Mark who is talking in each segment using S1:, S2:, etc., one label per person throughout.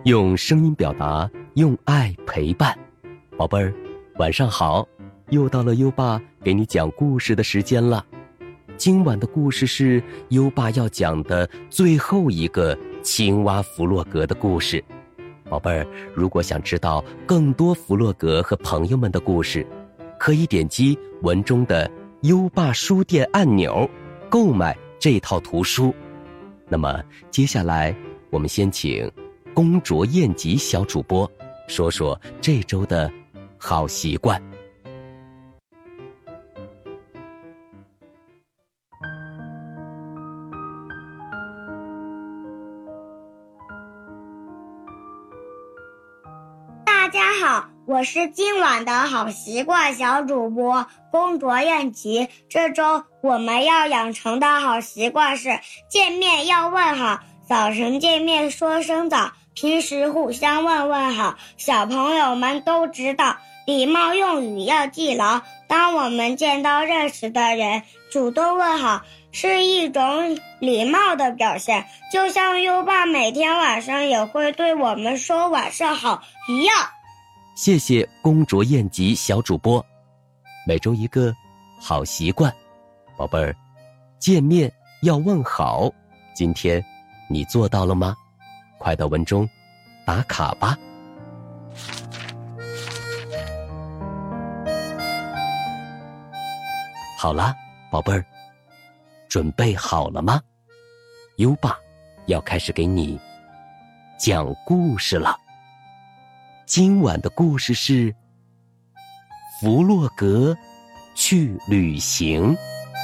S1: 用声音表达，用爱陪伴。宝贝儿，晚上好，又到了优爸给你讲故事的时间了。今晚的故事是优爸要讲的最后一个青蛙弗洛格的故事。宝贝儿，如果想知道更多弗洛格和朋友们的故事，可以点击文中的优爸书店按钮，购买这套图书。那么接下来我们先请龚卓燕吉小主播说说这周的好习惯。
S2: 大家好，我是今晚的好习惯小主播龚卓燕吉。这周我们要养成的好习惯是见面要问好，早晨见面说声早，平时互相问好。小朋友们都知道，礼貌用语要记牢。当我们见到认识的人，主动问好是一种礼貌的表现，就像优爸每天晚上也会对我们说晚上好一样。
S1: 谢谢龚卓燕吉小主播。每周一个好习惯，宝贝儿，见面要问好，今天你做到了吗？快到文中打卡吧。好了，宝贝儿，准备好了吗？优爸要开始给你讲故事了。今晚的故事是弗洛格去旅行。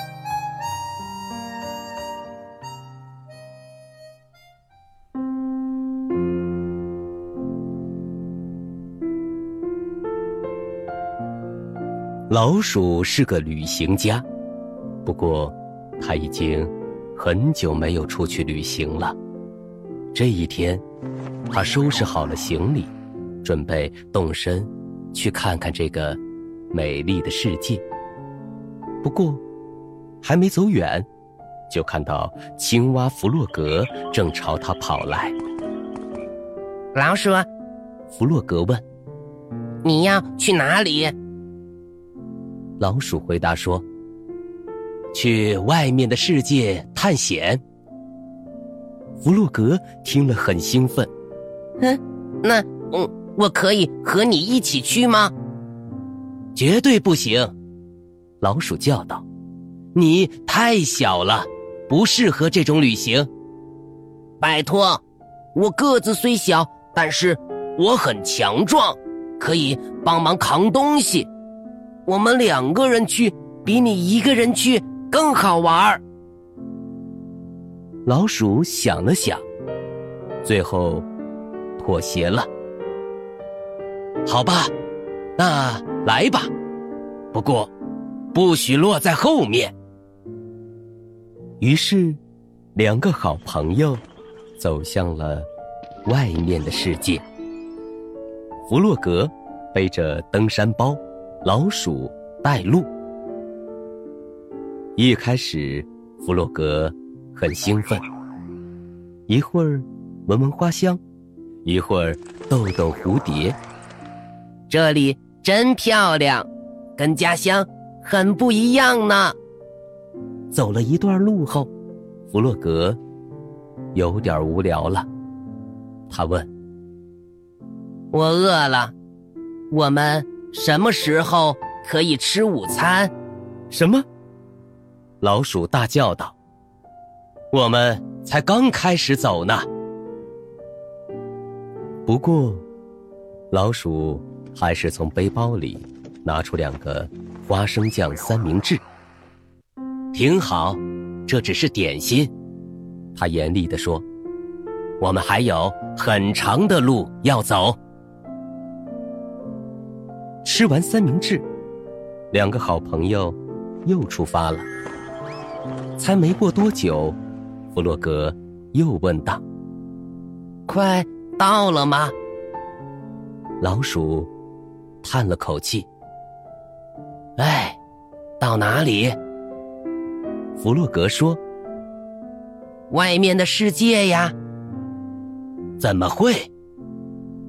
S1: 老鼠是个旅行家，不过他已经很久没有出去旅行了。这一天，他收拾好了行李，准备动身去看看这个美丽的世界。不过还没走远，就看到青蛙弗洛格正朝他跑来。
S3: 老鼠，
S1: 弗洛格问，
S3: 你要去哪里？
S1: 老鼠回答说，去外面的世界探险。弗洛格听了很兴奋。
S3: 那我可以和你一起去吗？
S1: 绝对不行，老鼠叫道，你太小了，不适合这种旅行。
S3: 拜托，我个子虽小，但是我很强壮，可以帮忙扛东西。我们2个人去比你1个人去更好玩。
S1: 老鼠想了想，最后妥协了。好吧，那来吧，不过不许落在后面。于是2个好朋友走向了外面的世界。弗洛格背着登山包，老鼠带路。一开始弗洛格很兴奋，一会儿闻闻花香，一会儿逗逗蝴蝶。
S3: 这里真漂亮，跟家乡很不一样呢。
S1: 走了一段路后，弗洛格有点无聊了。他问，
S3: 我饿了，我们什么时候可以吃午餐？
S1: 什么？老鼠大叫道，我们才刚开始走呢。不过老鼠还是从背包里拿出2个花生酱三明治。挺好，这只是点心，他严厉地说，我们还有很长的路要走。吃完三明治，2个好朋友又出发了。才没过多久，弗洛格又问道，
S3: 快到了吗？
S1: 老鼠叹了口气，
S3: 哎，到哪里？
S1: 弗洛格说，
S3: 外面的世界呀。
S1: 怎么会？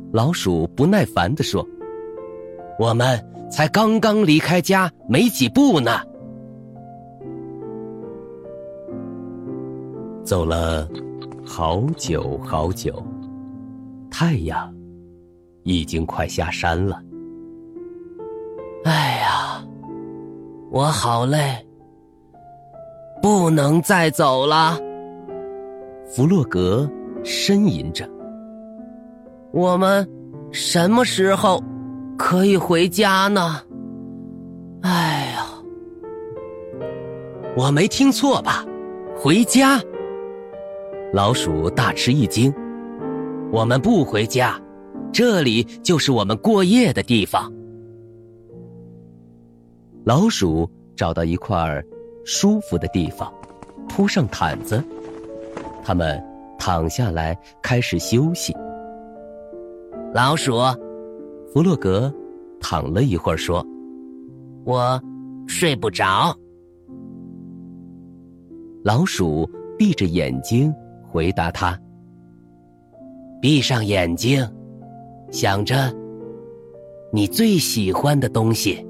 S1: 老鼠不耐烦地说：“
S3: 我们才刚刚离开家没几步呢。”
S1: 走了好久好久，太阳已经快下山了。
S3: 哎呀，我好累，不能再走了。
S1: 弗洛格呻吟着：“
S3: 我们什么时候可以回家呢？哎呀，
S1: 我没听错吧？回家？”老鼠大吃一惊：“
S3: 我们不回家，这里就是我们过夜的地方。”
S1: 老鼠找到一块舒服的地方，铺上毯子，他们躺下来开始休息。
S3: 老鼠，
S1: 弗洛格躺了一会儿说：“
S3: 我睡不着。”
S1: 老鼠闭着眼睛回答他：“
S3: 闭上眼睛，想着你最喜欢的东西。”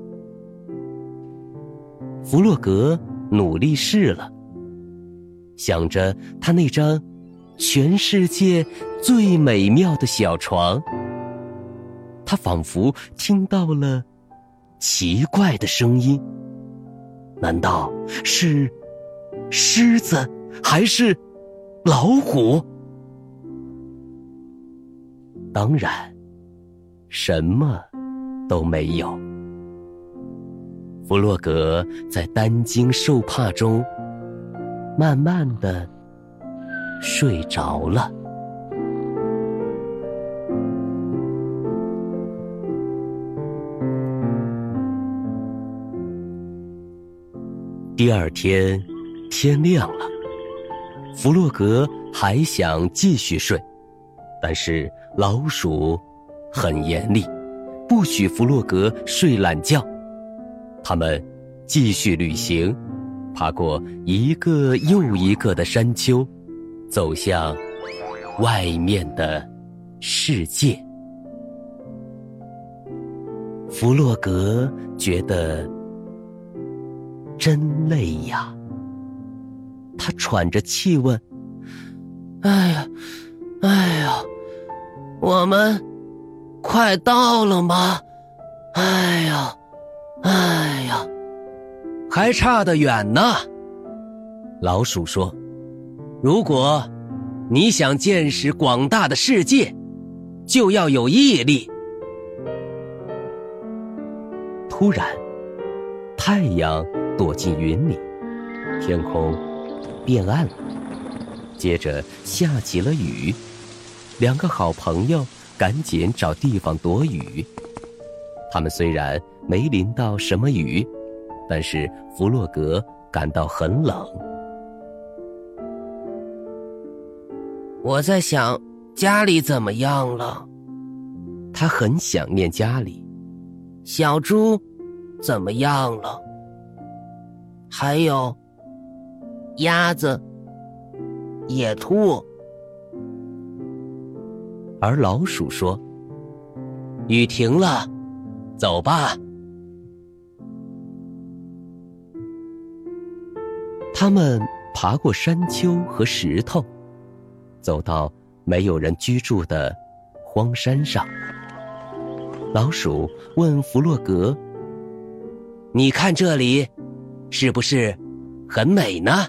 S1: 弗洛格努力试了，想着他那张全世界最美妙的小床，他仿佛听到了奇怪的声音，难道是狮子还是老虎？当然，什么都没有。弗洛格在担惊受怕中，慢慢地睡着了。第二天，天亮了，弗洛格还想继续睡，但是老鼠很严厉，不许弗洛格睡懒觉。他们继续旅行，爬过一个又一个的山丘，走向外面的世界。弗洛格觉得真累呀，他喘着气问：“
S3: 哎呀，我们快到了吗？哎呀，还差得远呢。”
S1: 老鼠说：“
S3: 如果你想见识广大的世界，就要有毅力。”
S1: 突然，太阳躲进云里，天空变暗了，接着下起了雨。两个好朋友赶紧找地方躲雨。他们虽然没淋到什么雨，但是弗洛格感到很冷。
S3: 我在想家里怎么样了？
S1: 他很想念家里。
S3: 小猪怎么样了？还有鸭子、野兔。
S1: 而老鼠说：“
S3: 雨停了，走吧。”
S1: 他们爬过山丘和石头，走到没有人居住的荒山上。老鼠问弗洛格：“
S3: 你看这里是不是很美呢？”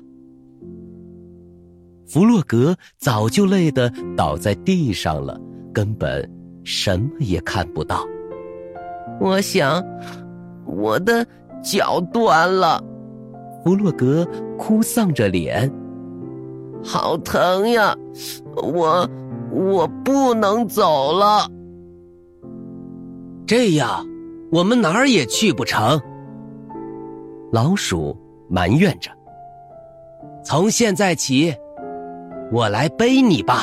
S1: 弗洛格早就累得倒在地上了，根本什么也看不到。
S3: 我想我的脚断了。
S1: 弗洛格哭丧着脸：“
S3: 好疼呀，我不能走了。”这样我们哪儿也去不成。
S1: 老鼠埋怨着：“
S3: 从现在起，我来背你吧。”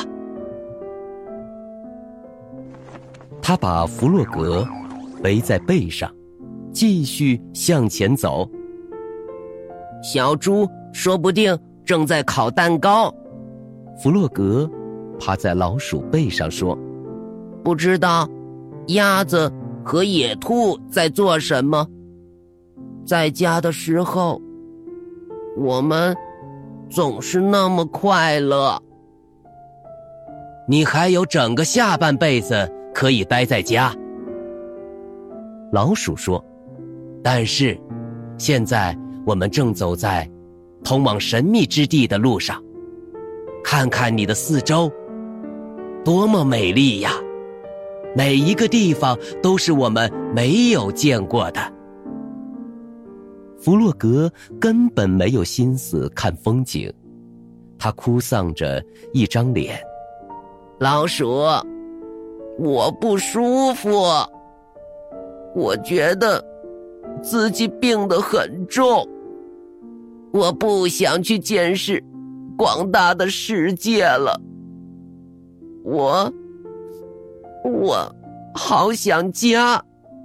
S1: 他把弗洛格背在背上，继续向前走。
S3: 小猪说不定正在烤蛋糕。
S1: 弗洛格趴在老鼠背上说：“
S3: 不知道鸭子和野兔在做什么。在家的时候，我们总是那么快乐。
S1: 你还有整个下半辈子可以待在家。老鼠说，但是现在我们正走在通往神秘之地的路上，看看你的四周，多么美丽呀！每一个地方都是我们没有见过的。弗洛格根本没有心思看风景，他哭丧着一张脸。
S3: 老鼠，我不舒服，我觉得自己病得很重，我不想去见识广大的世界了。我好想家。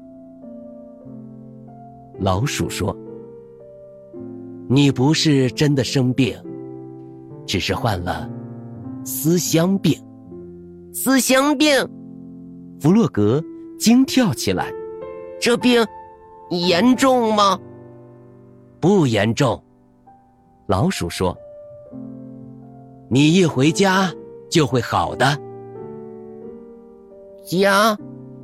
S1: 老鼠说，你不是真的生病，只是患了思乡病。
S3: 思乡病？
S1: 弗洛格惊跳起来。
S3: 这病严重吗？
S1: 不严重，老鼠说，你一回家就会好的。
S3: 家？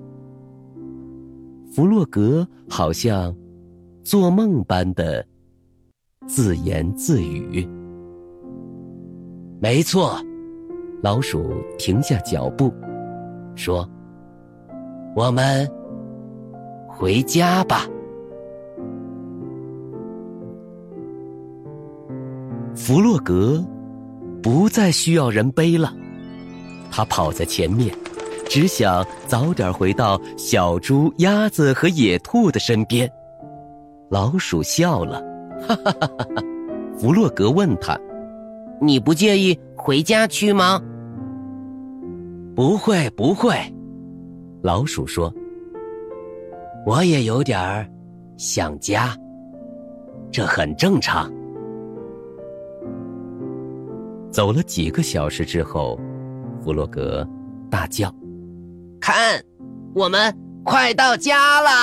S1: 弗洛格好像做梦般的自言自语。没错，老鼠停下脚步，说，我们回家吧。弗洛格不再需要人背了，他跑在前面，只想早点回到小猪、鸭子和野兔的身边。老鼠笑了，哈哈哈哈哈。弗洛格问他，
S3: 你不介意回家去吗？
S1: 不会不会，老鼠说，我也有点想家，这很正常。走了几个小时之后，弗洛格大叫，
S3: 看，我们快到家了。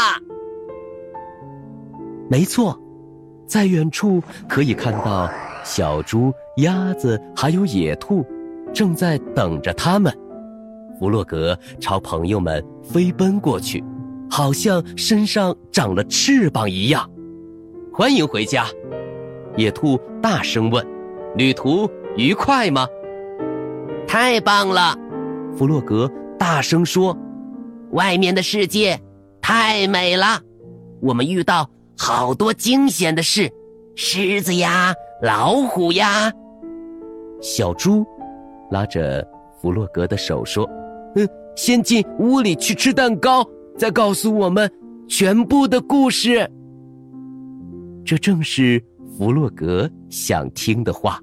S1: 没错，在远处可以看到小猪、鸭子还有野兔正在等着他们。弗洛格朝朋友们飞奔过去，好像身上长了翅膀一样。欢迎回家，野兔大声问，旅途愉快吗？
S3: 太棒了，
S1: 弗洛格大声说，
S3: 外面的世界太美了，我们遇到好多惊险的事，狮子呀，老虎呀。
S1: 小猪拉着弗洛格的手说，先进屋里去吃蛋糕，再告诉我们全部的故事。这正是弗洛格想听的话。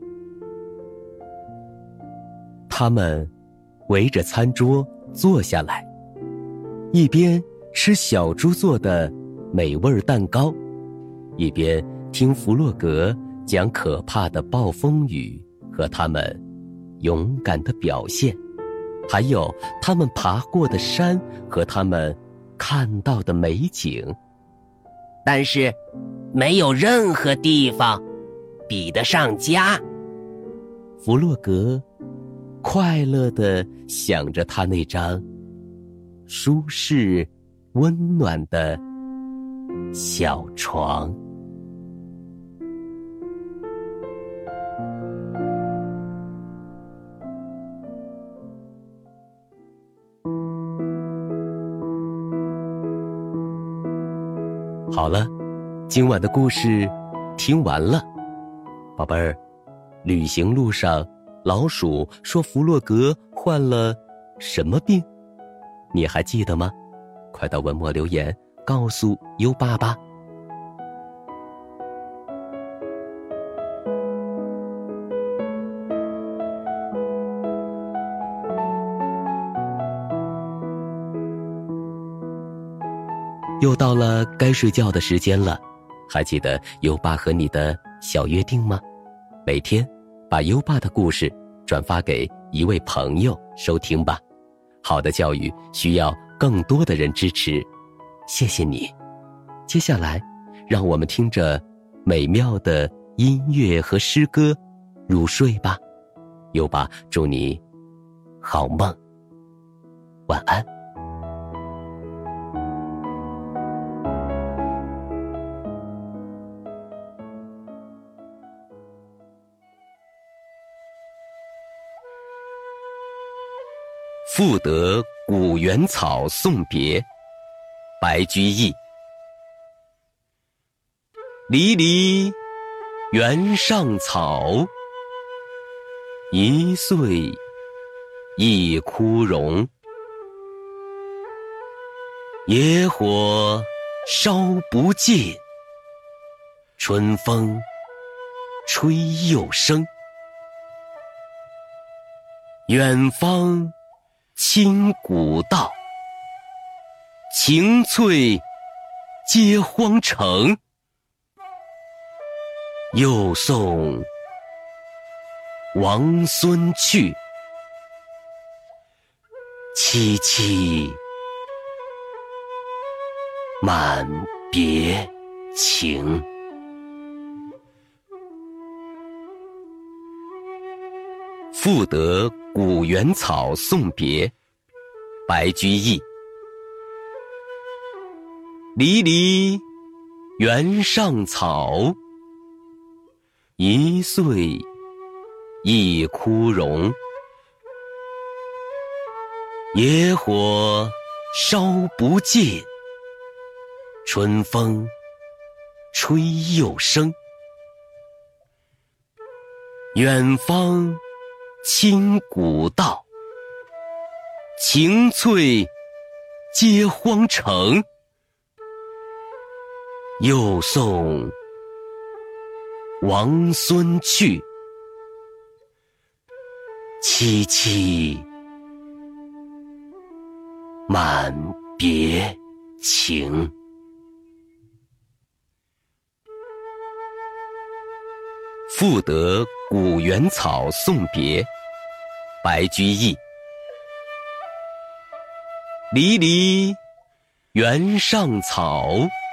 S1: 他们围着餐桌坐下来，一边吃小猪做的美味蛋糕，一边听弗洛格讲可怕的暴风雨和他们勇敢的表现，还有他们爬过的山和他们看到的美景。
S3: 但是没有任何地方比得上家。
S1: 弗洛格快乐地想着他那张舒适温暖的小床。好了，今晚的故事听完了。宝贝儿，旅行路上老鼠说弗洛格患了什么病？你还记得吗？快到文末留言告诉优爸吧。又到了该睡觉的时间了，还记得优爸和你的小约定吗？每天把优爸的故事转发给一位朋友收听吧。 好的教育需要更多的人支持，谢谢你。接下来，让我们听着美妙的音乐和诗歌入睡吧。优爸祝你好梦，晚安。赋得古原草送别，白居易。离离原上草，一岁一枯荣。野火烧不尽，春风吹又生。远方清古道，晴翠接荒城。又送王孙去，萋萋满别情。赋得古原草送别，白居易。离离原上草，一岁一枯荣。野火烧不尽，春风吹又生。远方清古道，晴翠接荒城。又送王孙去，萋萋满别情。赋得古原草送别，白居易。离离原上草，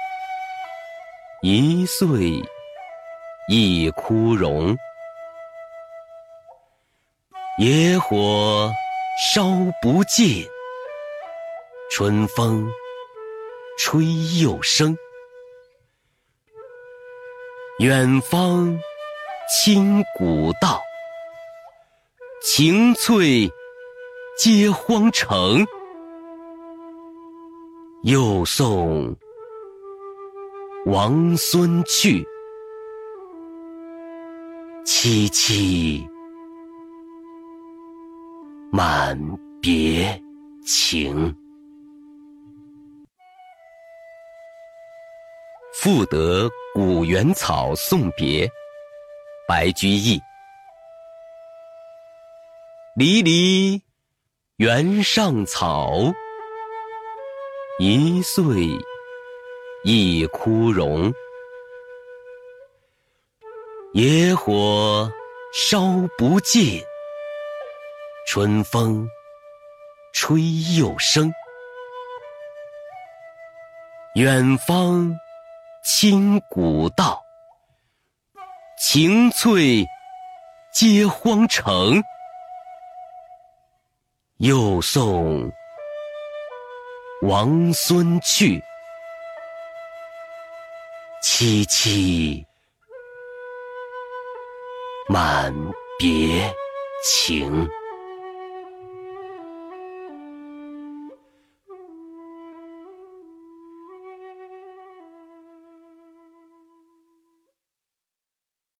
S1: 一岁一枯荣。野火烧不尽，春风吹又生。远方清古道，晴翠接荒城。又送王孙去，萋萋满别情。赋得古原草送别，白居易。离离原上草，一岁一枯荣。野火烧不尽，春风吹又生。远方清古道，晴翠接荒城。又送王孙去，萋萋满别情。